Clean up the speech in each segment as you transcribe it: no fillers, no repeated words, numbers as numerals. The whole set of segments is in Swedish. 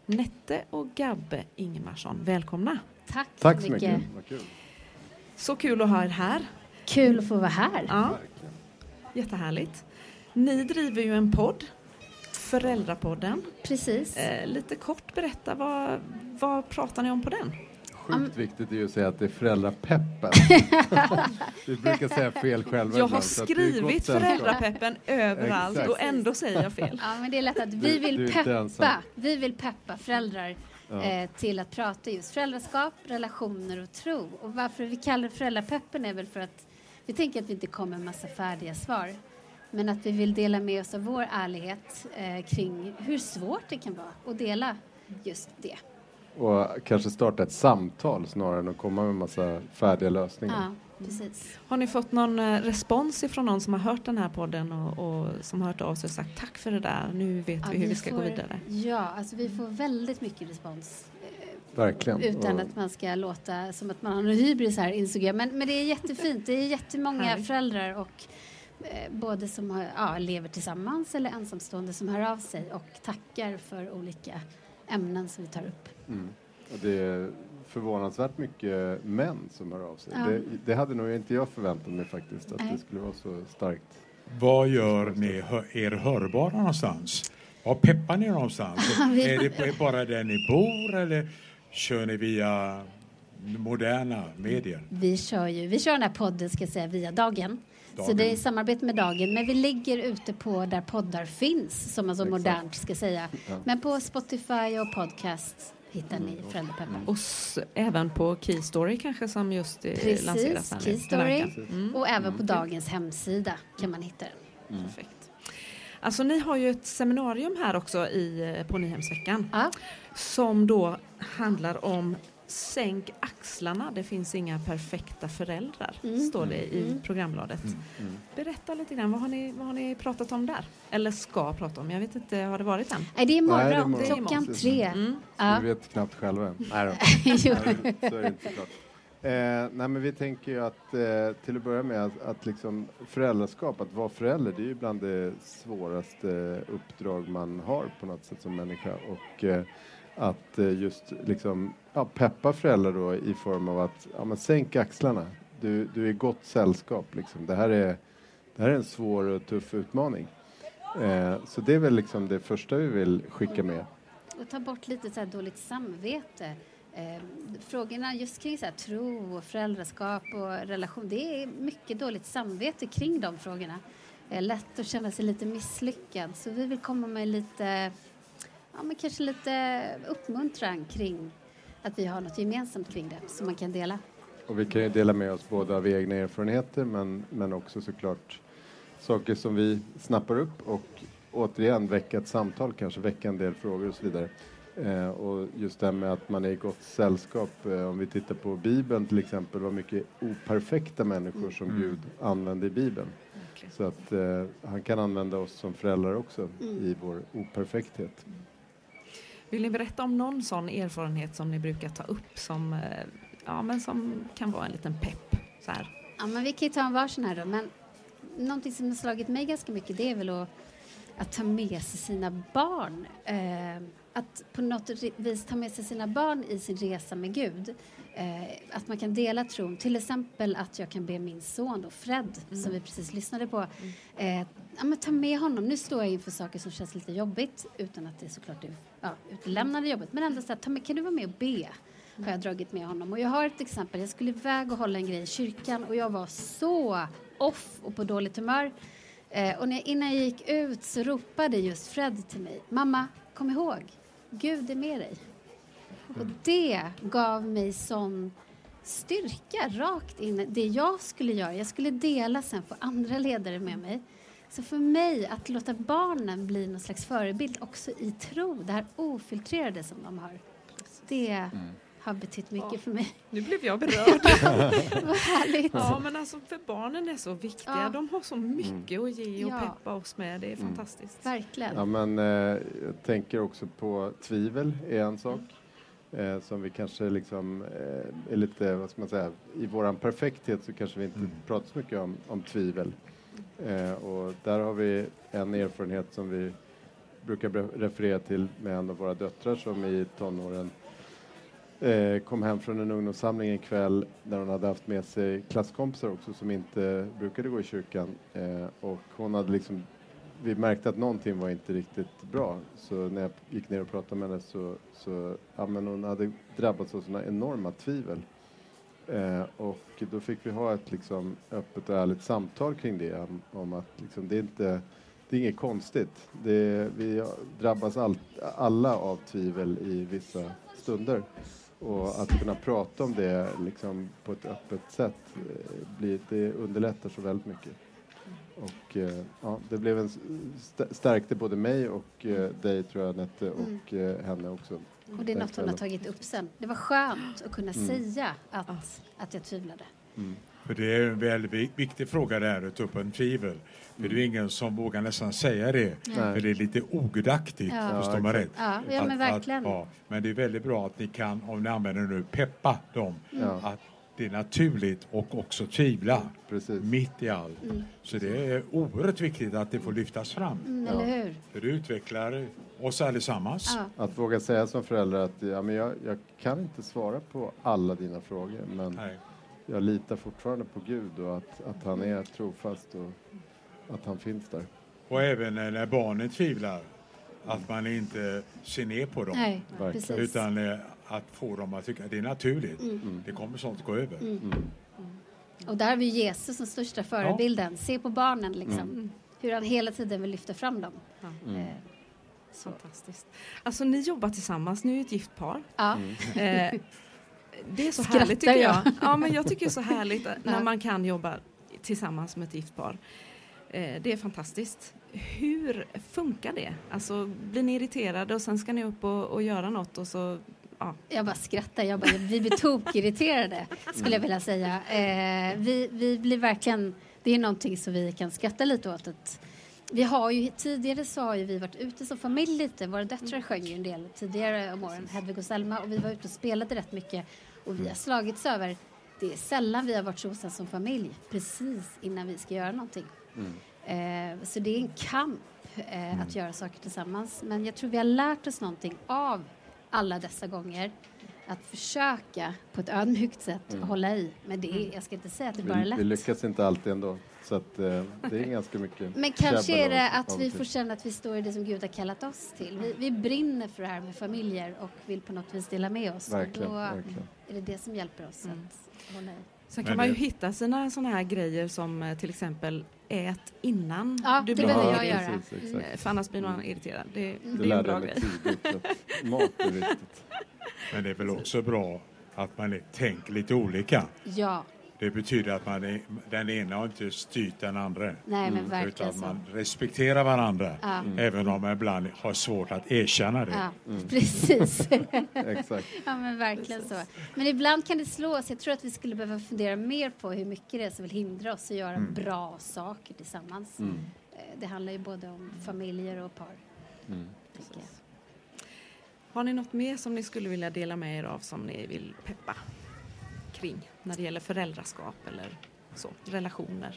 Nette och Gabbe Ingemarsson. Välkomna. Tack så mycket. Vad kul. Så kul att ha er här. Kul att få vara här. Ja. Jättehärligt. Ni driver ju en podd, Föräldrapodden. Precis. Lite kort berätta, vad pratar ni om på den? Sjukt viktigt är ju att säga att det är föräldrapeppen. Vi brukar säga fel själva. Jag har skrivit föräldrapeppen överallt. Exakt. Och ändå säger jag fel. Ja, men det är lätt att vi vill peppa föräldrar till att prata just föräldraskap, relationer och tro. Och varför vi kallar det föräldrapeppen är väl för att vi tänker att vi inte kommer en massa färdiga svar. Men att vi vill dela med oss av vår ärlighet kring hur svårt det kan vara att dela just det. Och kanske starta ett samtal snarare än att komma med en massa färdiga lösningar. Ja, precis. Har ni fått någon respons ifrån någon som har hört den här podden och som har hört av sig och sagt tack för det där, nu vet vi hur vi ska gå vidare? Ja, alltså vi får väldigt mycket respons. Verkligen. Utan att man ska låta som att man har en hybris här, insåg jag. Men det är jättefint. Det är jättemånga föräldrar och både som lever tillsammans eller ensamstående som hör av sig och tackar för olika ämnen som vi tar upp. Mm. Och det är förvånansvärt mycket män som hör av sig. Ja. Det hade nog inte jag förväntat mig faktiskt, att det skulle vara så starkt. Vad gör ni er hörbara någonstans? Var peppar ni någonstans? Är det bara där ni bor eller kör ni via moderna medier? Vi kör den här podden ska jag säga via Dagen. Så det är samarbete med Dagen. Men vi ligger ute på där poddar finns. Som alltså modernt ska säga. Ja. Men på Spotify och podcast hittar ni Föräldrapeppen. Och även på Keystory kanske som just lanseras. Precis, Keystory. Och även på Dagens hemsida kan man hitta den. Perfekt. Alltså ni har ju ett seminarium här också på Nyhemsveckan. Ja. Som då handlar om sänk axlarna, det finns inga perfekta föräldrar, står det i programbladet. Berätta lite grann, vad har ni pratat om där? Eller ska prata om, jag vet inte, har det varit än? Nej, det är imorgon, klockan 3. Vi vet knappt själva. Nej då. Så är det inte klart. Nej, men vi tänker ju att till att börja med att liksom föräldraskap, att vara förälder, det är ju bland det svåraste uppdrag man har på något sätt som människa. Och att just liksom peppa föräldrar då i form av att sänk axlarna. Du är i gott sällskap liksom. Det här är en svår och tuff utmaning. Så det är väl liksom det första vi vill skicka med. Och ta bort lite så här dåligt samvete. Frågorna just kring så här, tro och föräldraskap och relation, det är mycket dåligt samvete kring de frågorna. Lätt att känna sig lite misslyckad. Så vi vill komma med lite kanske lite uppmuntran kring att vi har något gemensamt kring det som man kan dela. Och vi kan ju dela med oss både av egna erfarenheter men också såklart saker som vi snappar upp och återigen väcka ett samtal, kanske väcka en del frågor och så vidare. Och just det här med att man är i gott sällskap, om vi tittar på Bibeln till exempel, vad mycket operfekta människor som Gud använder i Bibeln. Så att han kan använda oss som föräldrar också i vår operfekthet. Vill ni berätta om någon sån erfarenhet som ni brukar ta upp som kan vara en liten pepp? Så här. Ja, men vi kan ju ta en varsin här då. Men någonting som har slagit mig ganska mycket, det är väl att ta med sig sina barn. Att på något vis ta med sig sina barn i sin resa med Gud. Att man kan dela tron. Till exempel att jag kan be min son då, Fred, som vi precis lyssnade på. Ta med honom. Nu står jag inför saker som känns lite jobbigt. Utan att det är såklart utelämnande jobbigt. Men ändå så här, kan du vara med och be? Har jag dragit med honom. Och jag har ett exempel. Jag skulle iväg och hålla en grej i kyrkan. Och jag var så off och på dåligt humör. Och innan jag gick ut så ropade just Fred till mig. Mamma, kom ihåg. Gud är med dig. Och det gav mig sån styrka rakt in. Det jag skulle göra. Jag skulle dela sen för andra ledare med mig. Så för mig att låta barnen bli någon slags förebild också i tro. Det här ofiltrerade som de har. Det har betytt mycket för mig. Nu blev jag berörd. Vad härligt. Ja, men alltså för barnen är så viktiga. Ja. De har så mycket att ge och peppa oss med. Det är fantastiskt. Verkligen. Ja, men jag tänker också på tvivel är en sak. Som vi kanske liksom är lite, vad ska man säga, i våran perfekthet så kanske vi inte pratar så mycket om tvivel. Och där har vi en erfarenhet som vi brukar referera till med en av våra döttrar som i tonåren kom hem från en ungdomssamling en kväll där hon hade haft med sig klasskompisar också som inte brukade gå i kyrkan. Och hon hade liksom, vi märkte att någonting var inte riktigt bra. Så när jag gick ner och pratade med henne så men hon hade drabbats av sådana enorma tvivel. Och då fick vi ha ett liksom öppet och ärligt samtal kring det. Om att liksom, det är inget konstigt. Vi drabbas alla av tvivel i vissa stunder. Och att kunna prata om det liksom på ett öppet sätt det underlättar så väldigt mycket. Och det blev stärkte både mig och dig tror jag, Nette, och henne också. Och det är något hon har tagit upp sen. Det var skönt att kunna säga att jag tvivlade. För det är en väldigt viktig fråga där att ta upp en tvivel. För det är ingen som vågar nästan säga det. För det är lite ogudaktigt, förstår man rätt. Ja, men verkligen. Men det är väldigt bra att ni kan, om ni använder nu, peppa dem. Att det är naturligt och också tvivla mitt i allt. Så det är oerhört viktigt att det får lyftas fram. Eller hur? För det utvecklar oss allesammans. Att våga säga som förälder att jag kan inte svara på alla dina frågor, men jag litar fortfarande på Gud och att han är trofast och att han finns där. Och även när barnen tvivlar, att man inte ser ner på dem. Nej, precis. Utan att få dem att tycka att det är naturligt. Det kommer sånt gå över. Och där har vi Jesus som största förebilden. Se på barnen liksom. Hur han hela tiden vill lyfta fram dem. Fantastiskt. Alltså ni jobbar tillsammans, ni är ett gift par. Ja. Det är så härligt tycker jag. Ja, men jag tycker det är så härligt när man kan jobba tillsammans med ett gift par. Det är fantastiskt. Hur funkar det? Alltså blir ni irriterade och sen ska ni upp och göra något och så... Ja. Jag bara skrattar. Vi blir tokirriterade skulle jag vilja säga. Vi blir verkligen... Det är någonting som vi kan skratta lite åt. Att vi har ju, tidigare så har ju vi varit ute som familj lite. Våra döttrar sjöng ju en del tidigare om åren. Hedvig och Selma. Och vi var ute och spelade rätt mycket. Och vi har slagits över... Det är sällan vi har varit så som familj. Precis innan vi ska göra någonting. Så det är en kamp att göra saker tillsammans. Men jag tror vi har lärt oss någonting av alla dessa gånger. Att försöka på ett ödmjukt sätt hålla i. Men jag ska inte säga att det bara är lätt. Vi lyckas inte alltid ändå. Så att, det är ganska mycket. Men kanske är det att vi får känna att vi står i det som Gud har kallat oss till. Vi brinner för det här med familjer och vill på något vis dela med oss. Verkligen, och då verkligen. är det som hjälper oss att hålla i. Sen kan man ju hitta sina såna här grejer som till exempel ät innan du blir irriterad. För annars blir någon irriterad. Det är en bra grej. Mat är viktigt. Men det är väl också bra att man tänker lite olika. Ja. Det betyder att den ena har inte styrt den andra. Nej, men verkligen utan man respekterar varandra. Även om man ibland har svårt att erkänna det. Ja, precis. Exakt. Ja, men verkligen så. Men ibland kan det slå oss. Jag tror att vi skulle behöva fundera mer på hur mycket det är som vill hindra oss att göra bra saker tillsammans. Det handlar ju både om familjer och par. Har ni något mer som ni skulle vilja dela med er av som ni vill peppa kring när det gäller föräldraskap eller så, relationer?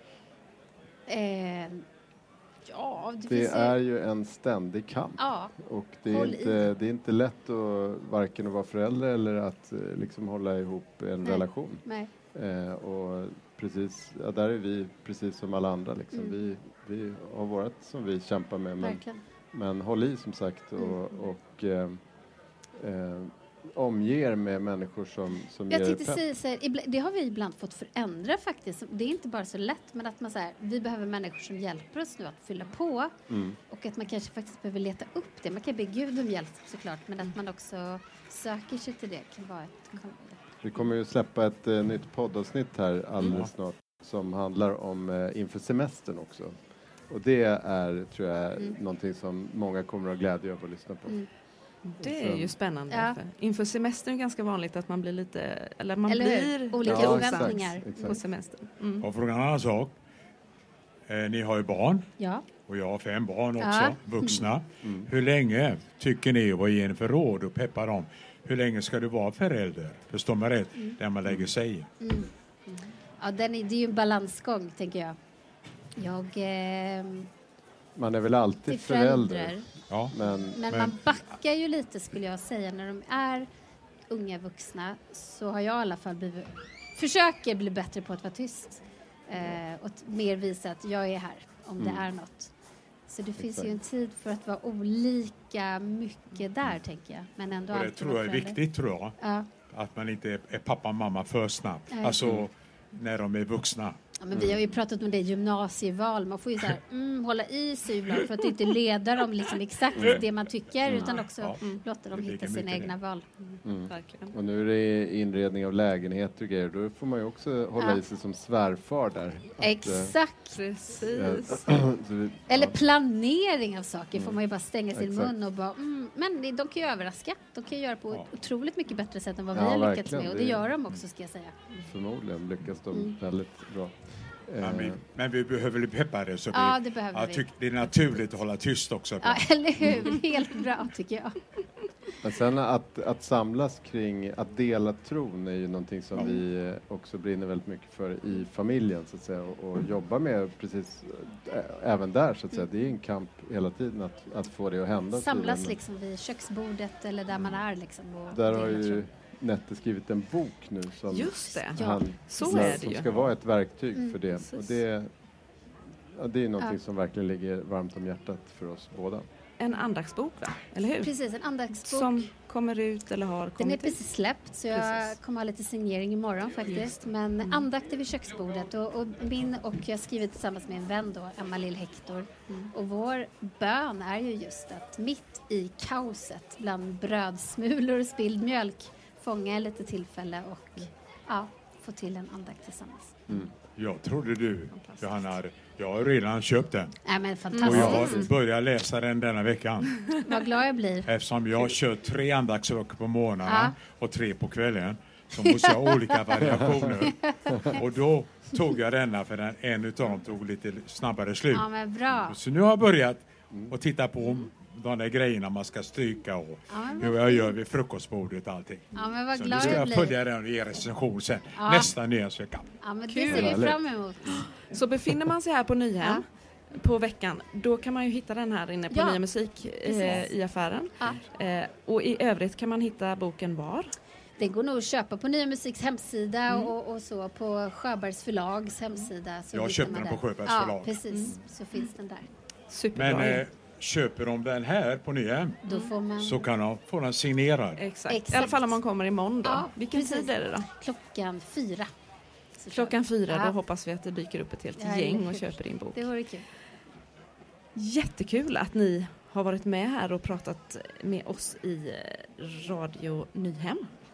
Det är ju en ständig kamp. Ja. Och det är inte lätt att varken att vara förälder eller att liksom hålla ihop en relation. Nej. Och precis, där är vi precis som alla andra. Liksom. Vi har vårat som vi kämpar med. Men håll i som sagt och omger med människor som jag ger tänkte säga så här, det har vi ibland fått förändra faktiskt. Det är inte bara så lätt, men att man så här, vi behöver människor som hjälper oss nu att fylla på. Och att man kanske faktiskt behöver leta upp det. Man kan be Gud om hjälp såklart, men att man också söker sig till det kan vara ett... Vi kommer ju släppa ett nytt poddavsnitt här alldeles snart som handlar om inför semestern också. Och det är, tror jag, någonting som många kommer att ha glädje av att lyssna på. Det är ju spännande. Ja. Inför semestern är det ganska vanligt att man blir lite... Eller blir olika förväntningar exakt. På semestern. Och frågan en annan sak. Ni har ju barn. Ja. Och jag har 5 barn också, vuxna. Hur länge tycker ni, vad ger ni för råd och peppar dem? Hur länge ska du vara förälder? Förstår man rätt? Där man lägger sig i. Ja, det är ju en balansgång, tänker jag. Man är väl alltid förälder. Ja. Men man backar ju lite, skulle jag säga, när de är unga vuxna, så har jag i alla fall försöker bli bättre på att vara tyst. Och mer visa att jag är här om det är något. Så det finns ju en tid för att vara olika mycket där, tänker jag. Men ändå och det tror jag är viktigt, tror jag. Ja. Att man inte är pappa och mamma för snabbt. Alltså när de är vuxna. Ja, men vi har ju pratat om det gymnasieval. Man får ju så här, hålla i sig ibland för att inte leda dem liksom exakt det man tycker, utan också låta dem hitta sina egna val. Verkligen. Och nu är det inredning av lägenheter och grejer. Då får man ju också hålla i sig som svärfar där. Exakt. Precis. Eller planering av saker får man ju bara stänga sin mun och bara, men de kan ju överraska. De kan ju göra på otroligt mycket bättre sätt än vad vi har lyckats verkligen. med. Och det gör de också, ska jag säga. Förmodligen lyckas de väldigt bra. Men vi behöver bli peppade, så det behöver vi. det är naturligt att hålla tyst också. Ja, eller hur? Helt bra, tycker jag. Men sen att samlas kring att dela tron är ju någonting som vi också brinner väldigt mycket för i familjen, så att säga, och jobbar med precis även där, så att säga. Det är en kamp hela tiden att få det att hända. Samlas liksom vid köksbordet eller där man är liksom. Och där har ju Nette skrivit en bok nu som, just det. som ska vara ett verktyg för det. Och det är någonting som verkligen ligger varmt om hjärtat för oss båda. En andaktsbok, va? Eller hur? Precis, en andaktsbok. Som kommer ut eller har kommit. Den är precis släppt, så jag kommer ha lite signering imorgon faktiskt. Men andakt är vid köksbordet. Och jag har skrivit tillsammans med en vän då, Emma Lill-Hector. Och vår bön är ju just att mitt i kaoset bland brödsmulor och spilld mjölk fånga lite tillfälle och få till en andakt tillsammans. Jag trodde du, Johanna, jag har redan köpt den. Men fantastiskt. Och jag börjar läsa den denna veckan. Vad glad jag blir. Eftersom jag kör 3 andaktsböcker på morgonen och 3 på kvällen, så måste jag ha olika variationer. Och då tog jag denna, för en utav dem tog lite snabbare slut. Ja, men bra. Så nu har jag börjat att titta på de där grejerna man ska stryka och hur jag gör vid frukostbordet och allting. Ja, men vad så glad nu ska jag jag följa den och ge recension sen. Nästa nyhetsvecka. Ja, men det ser vi fram emot. Så befinner man sig här på Nyhem på veckan, då kan man ju hitta den här inne på Nya Musik i affären. Och i övrigt kan man hitta boken var? Det går nog att köpa på Nya Musiks hemsida och så på Sjöbergs förlags hemsida. Så jag köpte den på Sjöbergs förlag. Ja, precis. Så finns den där. Superbra. Men köper de den här på Nyhem, då får man... så kan de få den signerad. Exakt. I alla fall om man kommer imorgon då. Vilken tid är det då? Klockan 4. Klockan 4, då hoppas vi att det dyker upp ett helt gäng och köper din bok. Det vore kul. Jättekul att ni har varit med här och pratat med oss i Radio Nyhem.